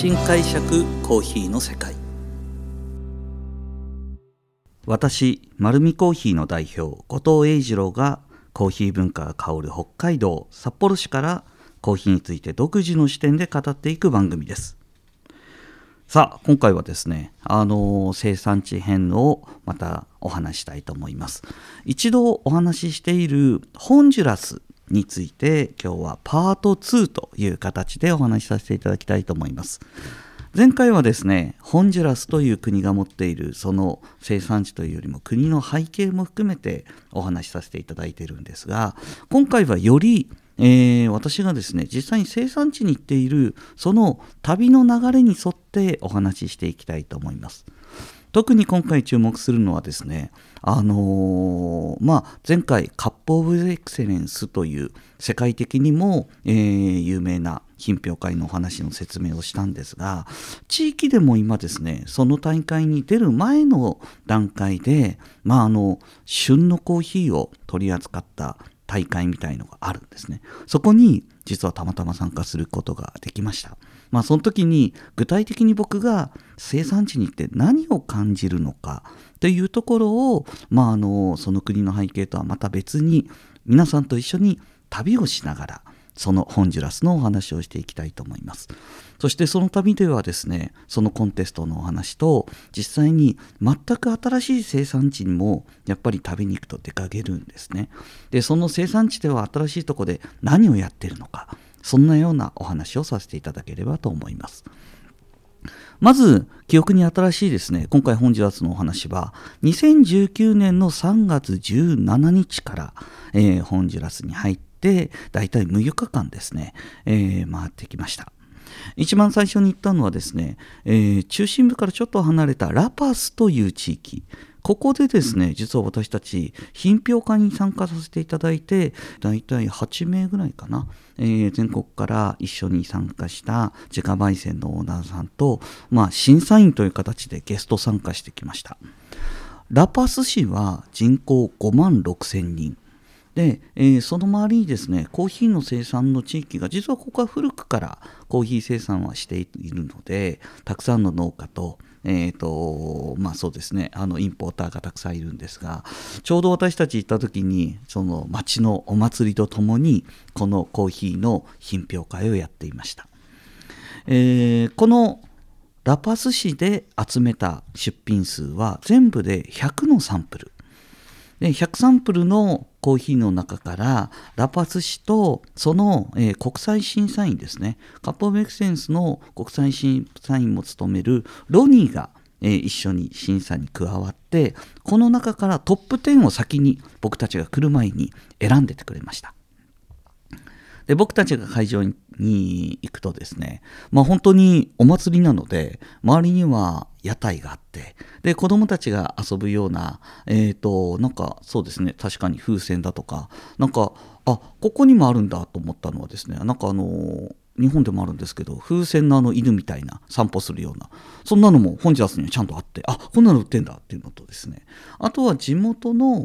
新解釈コーヒーの世界。私、丸見コーヒーの代表後藤英二郎がコーヒー文化が香る北海道札幌市からコーヒーについて独自の視点で語っていく番組です。さあ、今回はですね、生産地編をまたお話したいと思います。一度お話ししているホンジュラスについて今日はパート2という形でお話しさせていただきたいと思います。前回はですね、ホンジュラスという国が持っているその生産地というよりも国の背景も含めてお話しさせていただいているんですが、今回はより私がですね実際に生産地に行っているその旅の流れに沿ってお話ししていきたいと思います。特に今回注目するのはですね、前回カップオブエクセレンスという世界的にも、有名な品評会のお話の説明をしたんですが、地域でも今ですねその大会に出る前の段階で、旬のコーヒーを取り扱った大会みたいのがあるんですね。そこに実はたまたま参加することができました。その時に具体的に僕が生産地に行って何を感じるのかというところを、その国の背景とはまた別に皆さんと一緒に旅をしながらそのホンジュラスのお話をしていきたいと思います。そしてその旅ではですね、そのコンテストのお話と実際に全く新しい生産地にもやっぱり旅に行くと出かけるんですね。で、その生産地では新しいところで何をやっているのか、そんなようなお話をさせていただければと思います。まず記憶に新しいですね、今回ホンジュラスのお話は2019年の3月17日から、ホンジュラスに入ってだいたい6日間ですね、回ってきました。一番最初に行ったのはですね、中心部からちょっと離れたラパスという地域、ここでですね実は私たち品評会に参加させていただいて、だいたい8名ぐらいかな、全国から一緒に参加した自家焙煎のオーナーさんと、審査員という形でゲスト参加してきました。ラパス市は人口5万6千人で、その周りにですねコーヒーの生産の地域が、実はここは古くからコーヒー生産はしているので、たくさんの農家とそうですね、インポーターがたくさんいるんですが、ちょうど私たち行った時にその町のお祭りとともにこのコーヒーの品評会をやっていました。このラパス市で集めた出品数は全部で100のサンプルで、100サンプルのコーヒーの中からラパス市とその、国際審査員ですね、カップオブエクセレンスの国際審査員も務めるロニーが、一緒に審査に加わって、この中からトップ10を先に僕たちが来る前に選んでてくれました。で、僕たちが会場に行くとですね、本当にお祭りなので周りには屋台があって、で子供たちが遊ぶようなそうですね、確かに風船だとかここにもあるんだと思ったのはですね、日本でもあるんですけど、風船の犬みたいな散歩するような、そんなのもホンジュラスにはちゃんとあって、こんなの売ってんだっていうのとですね、あとは地元の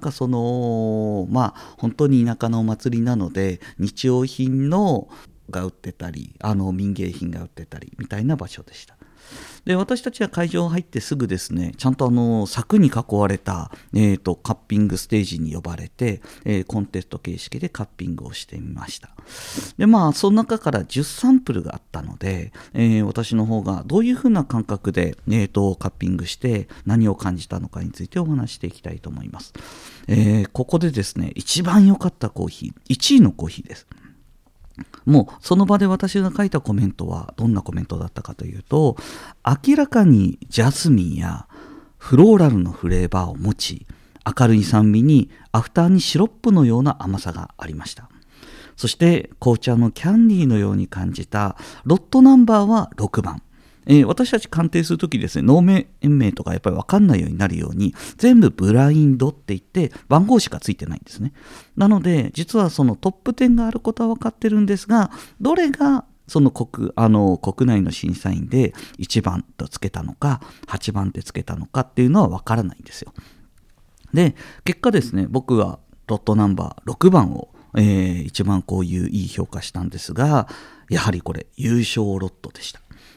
本当に田舎のお祭りなので日用品が売ってたり、民芸品が売ってたりみたいな場所でした。で、私たちは会場入ってすぐですね、ちゃんと柵に囲われた、カッピングステージに呼ばれて、コンテスト形式でカッピングをしてみました。で、その中から10サンプルがあったので、私の方がどういうふうな感覚で、カッピングして何を感じたのかについてお話していきたいと思います。ここでですね、一番良かったコーヒー、1位のコーヒーです。もうその場で私が書いたコメントはどんなコメントだったかというと、明らかにジャスミンやフローラルのフレーバーを持ち、明るい酸味にアフターにシロップのような甘さがありました。そして紅茶のキャンディーのように感じた。ロットナンバーは6番。私たち鑑定するときですね、脳名とかやっぱり分かんないようになるように全部ブラインドって言って番号しかついてないんですね。なので実はそのトップ10があることは分かってるんですが、どれがその国内の審査員で1番とつけたのか8番ってつけたのかっていうのは分からないんですよ。で、結果ですね、僕はロットナンバー6番を、一番こういういい評価したんですが、やはりこれ優勝ロットでした。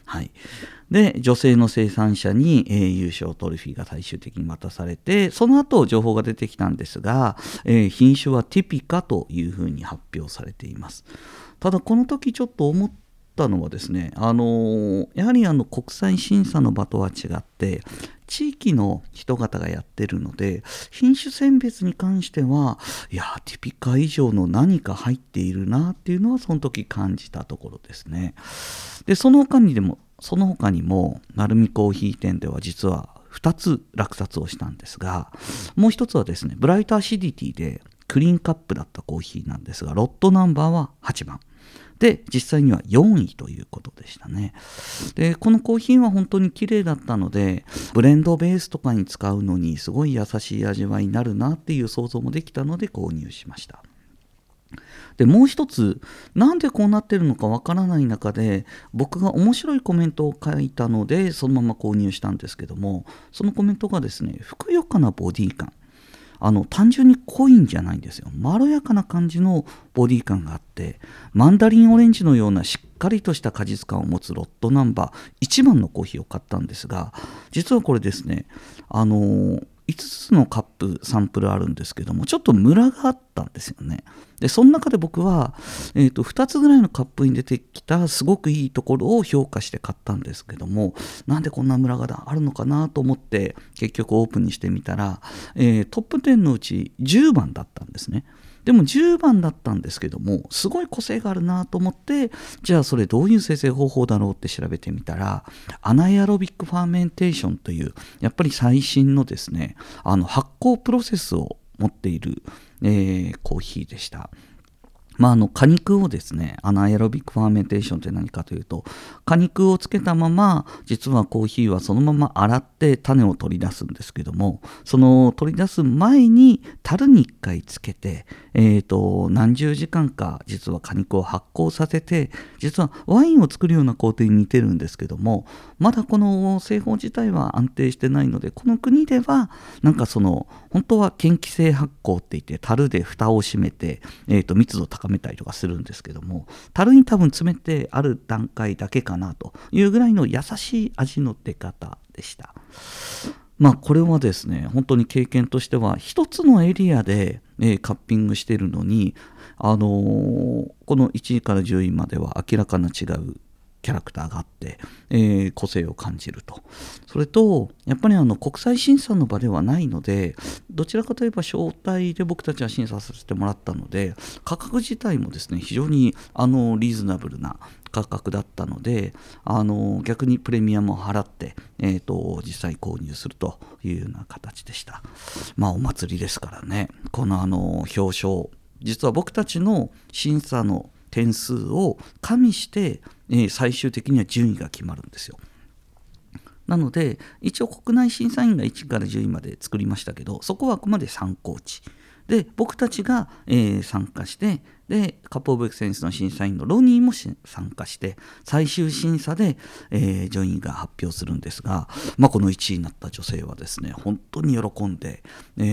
はい、で女性の生産者に、優勝トロフィーが最終的に渡されて、その後情報が出てきたんですが、品種はティピカというふうに発表されています。ただこの時ちょっと思ったのはですね、やはり国際審査の場とは違って地域の人方がやってるので、品種選別に関してはいやティピカ以上の何か入っているなっていうのはその時感じたところですね。でその他にも鳴海コーヒー店では実は2つ落札をしたんですが、もう一つはですねブライトアシディティでクリーンカップだったコーヒーなんですが、ロットナンバーは8番で実際には4位ということでしたね。でこのコーヒーは本当に綺麗だったので、ブレンドベースとかに使うのにすごい優しい味わいになるなっていう想像もできたので購入しました。でもう一つ、なんでこうなってるのかわからない中で僕が面白いコメントを書いたのでそのまま購入したんですけども、そのコメントがですね、ふくよかなボディ感、単純に濃いんじゃないんですよ。まろやかな感じのボディ感があって、マンダリンオレンジのようなしっかりとした果実感を持つロットナンバー1番のコーヒーを買ったんですが、実はこれですね、5つのカップサンプルあるんですけども、ちょっとムラがあったんですよね。でその中で僕は、2つぐらいのカップに出てきたすごくいいところを評価して買ったんですけども、なんでこんなムラがあるのかなと思って結局オープンにしてみたら、トップ10のうち10番だったんですね。でも10番だったんですけども、すごい個性があるなと思って、じゃあそれどういう生成方法だろうって調べてみたら、アナエアロビックファーメンテーションというやっぱり最新のですね、発酵プロセスを持っている、コーヒーでした。果肉をですね、アナエロビックファーメンテーションって何かというと、果肉をつけたまま実はコーヒーはそのまま洗って種を取り出すんですけども、その取り出す前に樽に1回つけて、何十時間か実は果肉を発酵させて、実はワインを作るような工程に似てるんですけども、まだこの製法自体は安定してないので、この国ではなんか本当は嫌気性発酵って言って樽で蓋を閉めて、密度を高めたりとかするんですけども、樽に多分詰めてある段階だけかなというぐらいの優しい味の出方でした。これはですね、本当に経験としては一つのエリアで、カッピングしているのに、この1位から10位までは明らかな違うキャラクターがあって、個性を感じると。それとやっぱり国際審査の場ではないので、どちらかといえば招待で僕たちは審査させてもらったので、価格自体もですね非常にリーズナブルな価格だったので、逆にプレミアムを払って、実際購入するというような形でした。お祭りですからね、この表彰、実は僕たちの審査の点数を加味して、最終的には順位が決まるんですよ。なので一応国内審査員が1から10位まで作りましたけど、そこはあくまで参考値で、僕たちが、参加して、でカップオブエクセレンスの審査員のロニーも参加して最終審査で、順位が発表するんですが、この1位になった女性はですね本当に喜んで、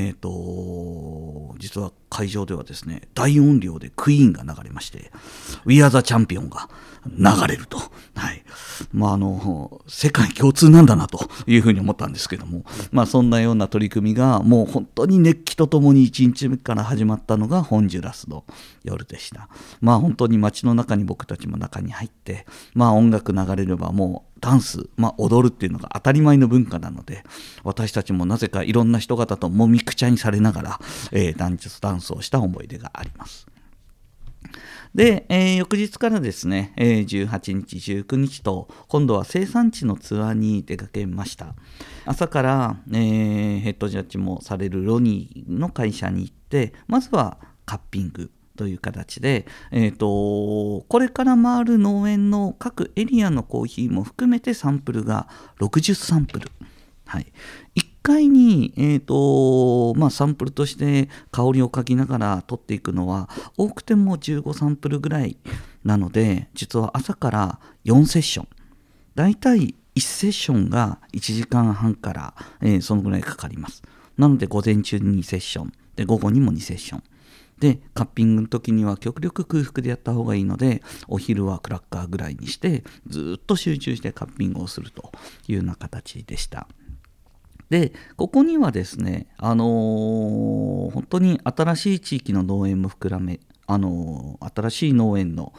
実は会場ではですね大音量でクイーンが流れまして、 We Are the Champion が流れると、はい、世界共通なんだなというふうに思ったんですけども、そんなような取り組みがもう本当に熱気とともに1日目から始まったのがホンジュラスの夜でした。本当に街の中に僕たちも中に入って、音楽流れればもうダンス、踊るっていうのが当たり前の文化なので、私たちもなぜかいろんな人方ともみくちゃにされながら、ダンスをした思い出があります。で、翌日からですね、18日19日と今度は生産地のツアーに出かけました。朝から、ヘッドジャッジもされるロニーの会社に行って、まずはカッピングという形で、これから回る農園の各エリアのコーヒーも含めてサンプルが60サンプル、はい、1回に、サンプルとして香りを嗅ぎながら取っていくのは多くても15サンプルぐらいなので、実は朝から4セッション、だいたい1セッションが1時間半から、そのぐらいかかります。なので午前中に2セッションで午後にも2セッションでカッピングの時には極力空腹でやった方がいいので、お昼はクラッカーぐらいにしてずっと集中してカッピングをするというような形でした。でここにはですね、本当に新しい地域の農園も膨らめ、新しい農園の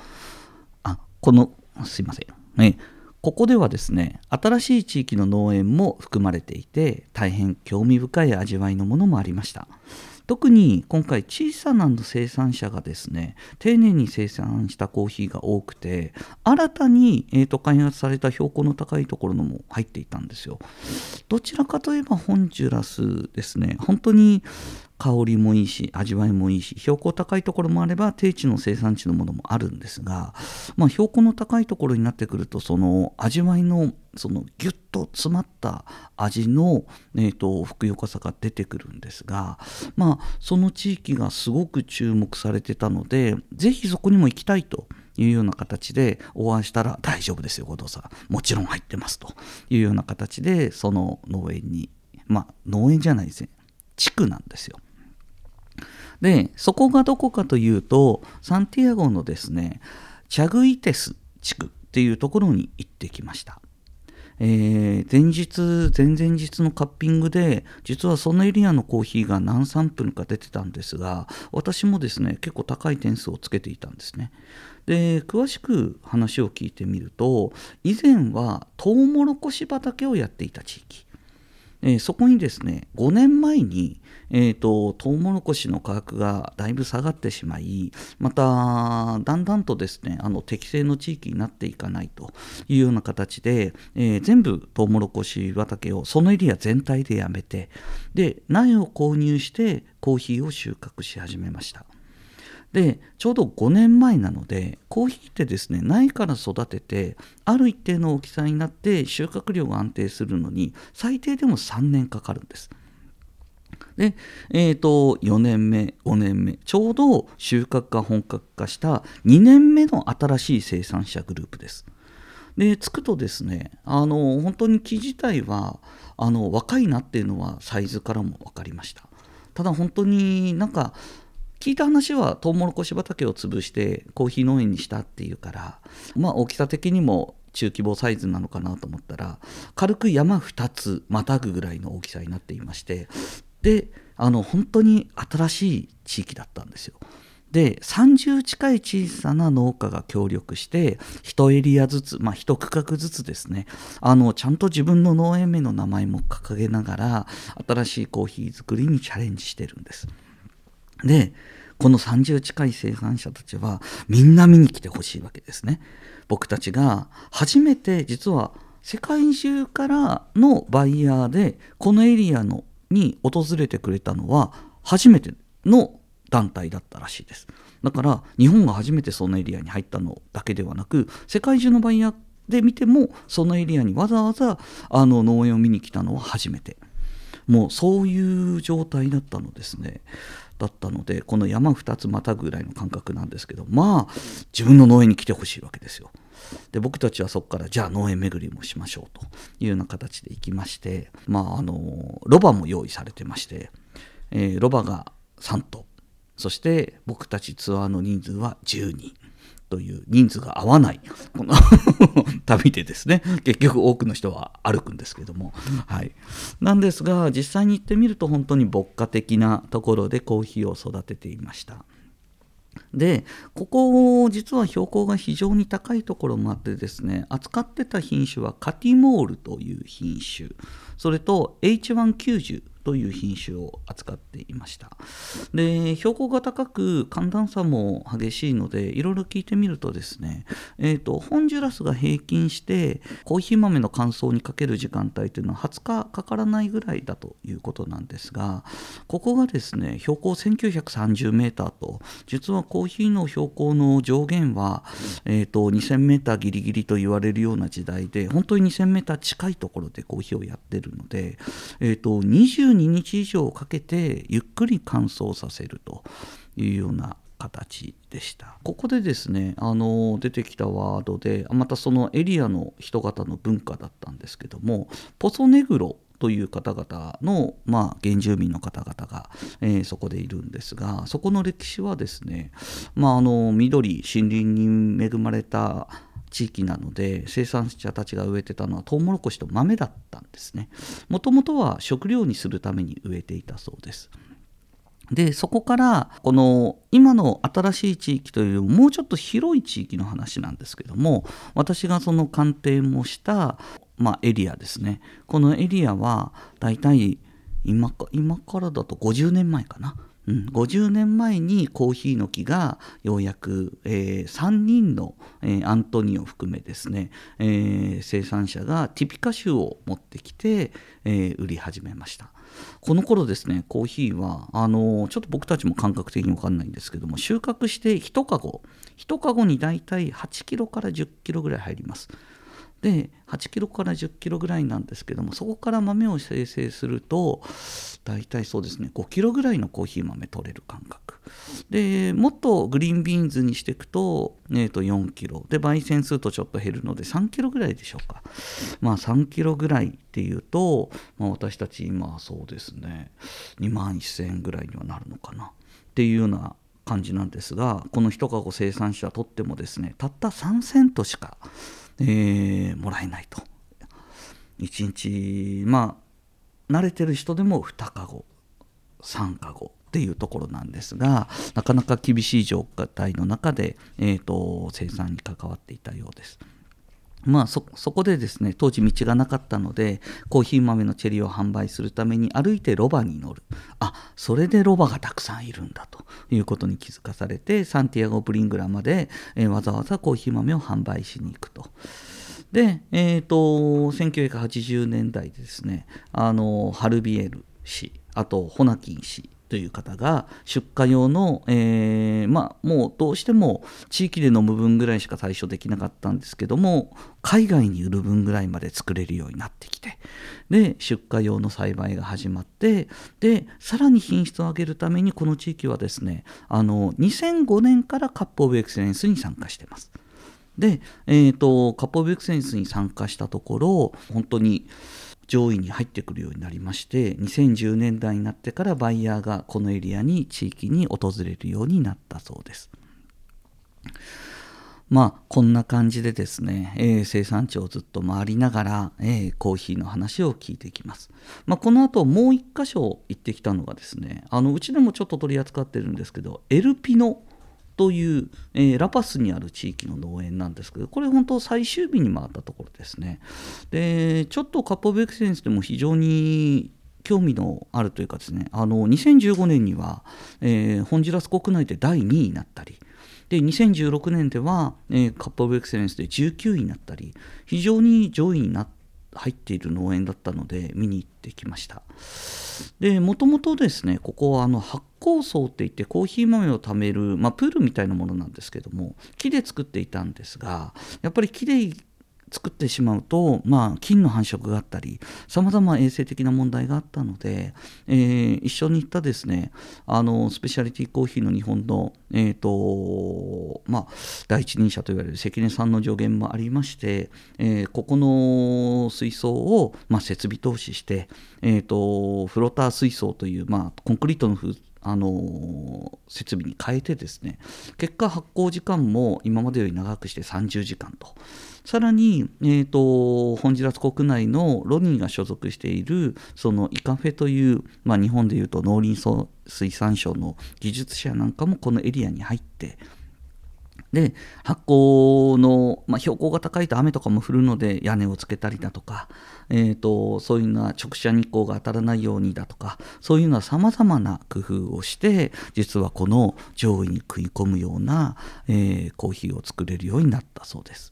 すいません、ここではですね、新しい地域の農園も含まれていて、大変興味深い味わいのものもありました。特に今回小さな生産者がですね、丁寧に生産したコーヒーが多くて、新たに、開発された標高の高いところのも入っていたんですよ。どちらかといえばホンジュラスですね、本当に香りもいいし味わいもいいし、標高高いところもあれば低地の生産地のものもあるんですが、標高の高いところになってくると、その味わいのそのギュッと詰まった味の、ふくよかさが出てくるんですが、その地域がすごく注目されてたので、ぜひそこにも行きたいというような形でお会いしたら、大丈夫ですよ後藤さん、もちろん入ってますというような形で、その農園に、農園じゃないですね、地区なんですよ。でそこがどこかというと、サンティアゴのですね、チャグイテス地区っていうところに行ってきました。前々日のカッピングで、実はそのエリアのコーヒーが何サンプルか出てたんですが、私もですね結構高い点数をつけていたんですね。で詳しく話を聞いてみると、以前はトウモロコシ畑をやっていた地域、そこにですね5年前に、トウモロコシの価格がだいぶ下がってしまい、まただんだんとですね適正の地域になっていかないというような形で、全部トウモロコシ畑をそのエリア全体でやめて、で苗を購入してコーヒーを収穫し始めました。でちょうど5年前なので、コーヒーってですね苗から育ててある一定の大きさになって収穫量が安定するのに最低でも3年かかるんです。で、4年目5年目、ちょうど収穫が本格化した2年目の新しい生産者グループです。でつくとですね、本当に木自体は若いなっていうのはサイズからも分かりました。ただ本当に聞いた話はトウモロコシ畑を潰してコーヒー農園にしたっていうから、大きさ的にも中規模サイズなのかなと思ったら、軽く山2つまたぐぐらいの大きさになっていまして、で本当に新しい地域だったんですよ。で30近い小さな農家が協力して1エリアずつ、1区画ずつですね、ちゃんと自分の農園名の名前も掲げながら新しいコーヒー作りにチャレンジしてるんです。でこの30近い生産者たちはみんな見に来てほしいわけですね。僕たちが初めて、実は世界中からのバイヤーでこのエリアに訪れてくれたのは初めての団体だったらしいです。だから日本が初めてそのエリアに入ったのだけではなく、世界中のバイヤーで見てもそのエリアにわざわざ農園を見に来たのは初めて、もうそういう状態だったのですね。だったので、この山2つまたぐぐらいの感覚なんですけど、自分の農園に来てほしいわけですよ。で僕たちはそこからじゃあ農園巡りもしましょうというような形で行きまして、ロバも用意されてまして、ロバが3頭、そして僕たちツアーの人数は10人という人数が合わないこの旅でですね、結局多くの人は歩くんですけども、なんですが実際に行ってみると本当に牧歌的なところでコーヒーを育てていました。でここ実は標高が非常に高いところもあってですね、扱ってた品種はカティモールという品種、それと H190という品種を扱っていました。で標高が高く寒暖差も激しいので、いろいろ聞いてみるとですね、ホンジュラスが平均してコーヒー豆の乾燥にかける時間帯というのは20日かからないぐらいだということなんですが、ここがですね標高1930メーターと、実はコーヒーの標高の上限は、2000メーターギリギリと言われるような時代で、本当に2000メーター近いところでコーヒーをやってるので、22日以上かけてゆっくり乾燥させるというような形でした。ここでですね出てきたワードで、またそのエリアの人型の文化だったんですけども、ポソネグロという方々の、原住民の方々が、そこでいるんですが、そこの歴史はですね、緑森林に恵まれた地域なので、生産者たちが植えてたのはトウモロコシと豆だったんですね。もともとは食料にするために植えていたそうです。でそこからこの今の新しい地域というよりももうちょっと広い地域の話なんですけども、私がその鑑定もした、エリアですね。このエリアはだいたい今からだと50年前かな、50年前にコーヒーの木がようやく、3人の、アントニオ含めですね、生産者がティピカ種を持ってきて、売り始めました。この頃ですね、コーヒーはちょっと僕たちも感覚的に分かんないんですけども、収穫して1カゴにだいたい8キロから10キロぐらい入ります。で8キロから10キロぐらいなんですけども、そこから豆を生成するとだいたいそうですね5キロぐらいのコーヒー豆取れる感覚で、もっとグリーンビーンズにしていくと、4キロで焙煎するとちょっと減るので3キロぐらいでしょうか。3キロぐらいっていうと、私たち今そうですね2万1000円ぐらいにはなるのかなっていうような感じなんですが、この1カゴ生産者取ってもですね、たった3セントしかもらえないと。1日慣れてる人でも2カゴ3カゴっていうところなんですが、なかなか厳しい状態の中で、生産に関わっていたようです。そこでですね、当時道がなかったのでコーヒー豆のチェリーを販売するために歩いてロバに乗る。それでロバがたくさんいるんだということに気づかされて、サンティアゴ・ブリングラまで、わざわざコーヒー豆を販売しに行くと。で、1980年代でですね、ハルビエル氏、あとホナキン氏という方が出荷用の、もうどうしても地域で飲む分ぐらいしか対処できなかったんですけども、海外に売る分ぐらいまで作れるようになってきて、で出荷用の栽培が始まって、でさらに品質を上げるためにこの地域はですね、2005年からカップオブエクセレンスに参加しています。で、カップオブエクセレンスに参加したところ、本当に上位に入ってくるようになりまして、2010年代になってからバイヤーがこのエリアに地域に訪れるようになったそうです。こんな感じでですね、生産地をずっと回りながら、コーヒーの話を聞いていきます。この後もう一箇所行ってきたのがですね、うちでもちょっと取り扱ってるんですけど、エルピノという、ラパスにある地域の農園なんですけど、これ本当最終日に回ったところですね。でちょっとカップオブエクセレンスでも非常に興味のあるというかですね、2015年には、ホンジュラス国内で第2位になったり、で2016年では、カップオブエクセレンスで19位になったり、非常に上位に入っている農園だったので見に行ってきました。でもともとですね、ここは発酵槽っていってコーヒー豆を貯める、プールみたいなものなんですけども、木で作っていたんですが、やっぱり木で作ってしまうと、菌の繁殖があったりさまざま衛生的な問題があったので、一緒に行ったですね、スペシャリティコーヒーの日本の、第一人者といわれる関根さんの助言もありまして、ここの水槽を、設備投資して、フローター水槽という、コンクリートの設備に変えてですね、結果発酵時間も今までより長くして30時間と、さらに、ホンジュラス国内のロニーが所属しているそのイカフェという、日本でいうと農林水産省の技術者なんかもこのエリアに入って、で発酵の、標高が高いと雨とかも降るので屋根をつけたりだとか、そういうのは直射日光が当たらないようにだとか、そういうのはさまざまな工夫をして、実はこの上位に食い込むような、コーヒーを作れるようになったそうです。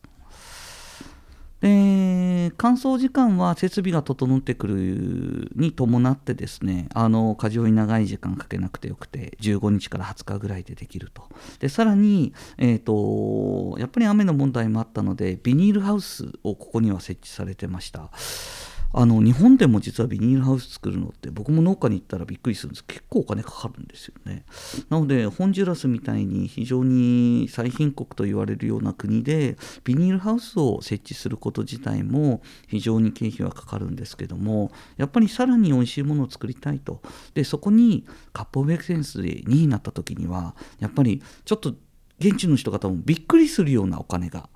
で乾燥時間は設備が整ってくるに伴ってですね、過剰に長い時間かけなくてよくて15日から20日ぐらいでできると。でさらに、やっぱり雨の問題もあったのでビニールハウスをここには設置されてました。 日本でも実はビニールハウス作るのって僕も農家に行ったらびっくりするんです。結構お金かかるんですよね。なのでホンジュラスみたいに非常に最貧国と言われるような国でビニールハウスを設置すること自体も非常に経費はかかるんですけども、やっぱりさらに美味しいものを作りたいと。でそこにカップオブエクセレンスで2位になった時にはやっぱりちょっと現地の人方もびっくりするようなお金が、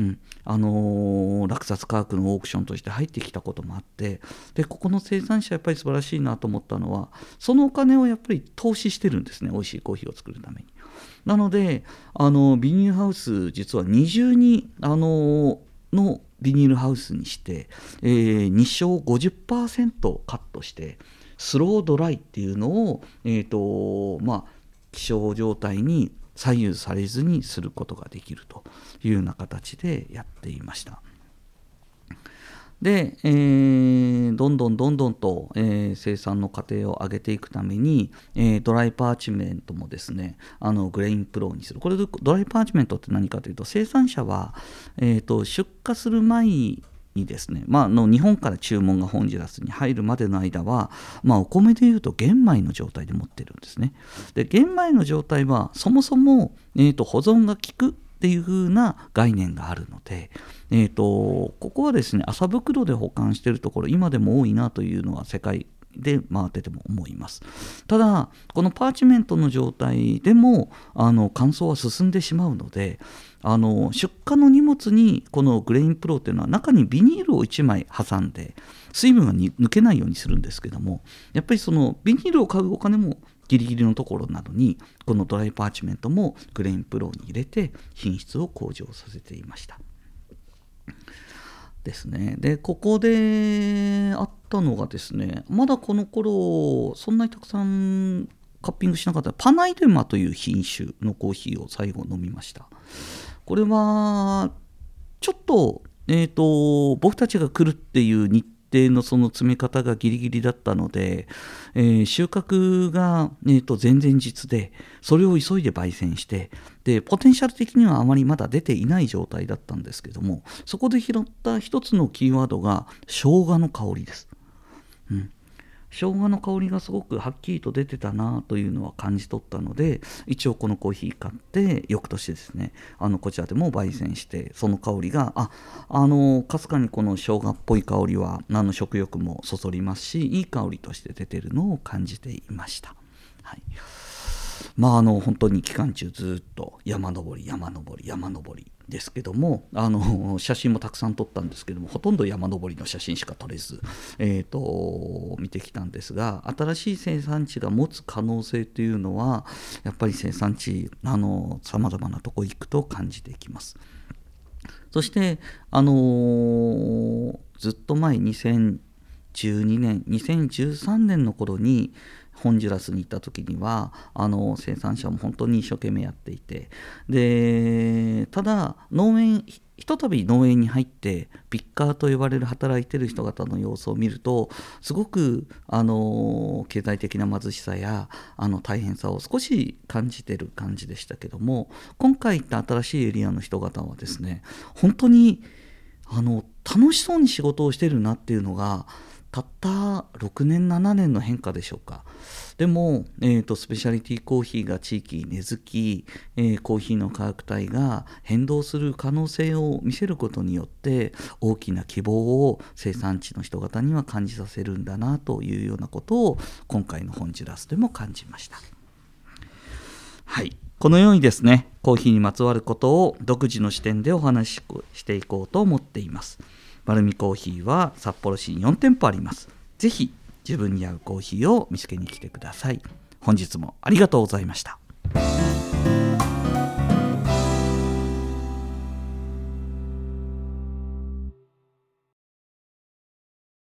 落札価格のオークションとして入ってきたこともあって、でここの生産者やっぱり素晴らしいなと思ったのは、そのお金をやっぱり投資してるんですね、美味しいコーヒーを作るために。なのでビニールハウス実は二重にのビニールハウスにして、日照を 50% カットしてスロードライっていうのを、気象状態に左右されずにすることができるというような形でやっていました。で、どんどんと、生産の過程を上げていくために、ドライパーチメントもですね、グレインプロにする。これドライパーチメントって何かというと、生産者は、出荷する前にですね、日本から注文がホンジュラスに入るまでの間は、お米でいうと玄米の状態で持ってるんですね。で玄米の状態はそもそも、保存が効くっていう風な概念があるので、ここはですね麻袋で保管しているところ今でも多いなというのは世界で回ってても思います。ただこのパーチメントの状態でも乾燥は進んでしまうので、出荷の荷物にこのグレインプロっていうのは中にビニールを1枚挟んで水分が抜けないようにするんですけども、やっぱりそのビニールを買うお金もギリギリのところなどにこのドライパーチメントもグレインプロに入れて品質を向上させていましたですね。でここであったのがですね、まだこの頃そんなにたくさんカッピングしなかったパナイデマという品種のコーヒーを最後飲みました。これはちょっと、僕たちが来るっていう日程のその詰め方がギリギリだったので、収穫が、前々日でそれを急いで焙煎して、でポテンシャル的にはあまりまだ出ていない状態だったんですけども、そこで拾った一つのキーワードが生姜の香りです。生姜の香りがすごくはっきりと出てたなというのは感じ取ったので、一応このコーヒー買って翌年ですねこちらでも焙煎して、その香りがかすかにこの生姜っぽい香りは食欲もそそりますし、いい香りとして出てるのを感じていました。本当に期間中ずっと山登りですけども、写真もたくさん撮ったんですけども、ほとんど山登りの写真しか撮れず、見てきたんですが、新しい生産地が持つ可能性というのはやっぱり生産地さまざまなとこ行くと感じていきます。そして、ずっと前2012年2013年の頃にホンジュラスに行った時には生産者も本当に一生懸命やっていて、でただひとたび農園に入ってピッカーと呼ばれる働いてる人方の様子を見ると、すごく経済的な貧しさや大変さを少し感じてる感じでしたけども、今回行った新しいエリアの人方はですね、本当に楽しそうに仕事をしてるなっていうのがたった6年7年の変化でしょうか。でも、スペシャリティコーヒーが地域に根付き、コーヒーの価格帯が変動する可能性を見せることによって大きな希望を生産地の人方には感じさせるんだなというようなことを今回のホンジュラスでも感じました。このようにですね、コーヒーにまつわることを独自の視点でお話ししていこうと思っています。丸見コーヒーは札幌市に4店舗あります。ぜひ自分に合うコーヒーを見つけに来てください。本日もありがとうございました。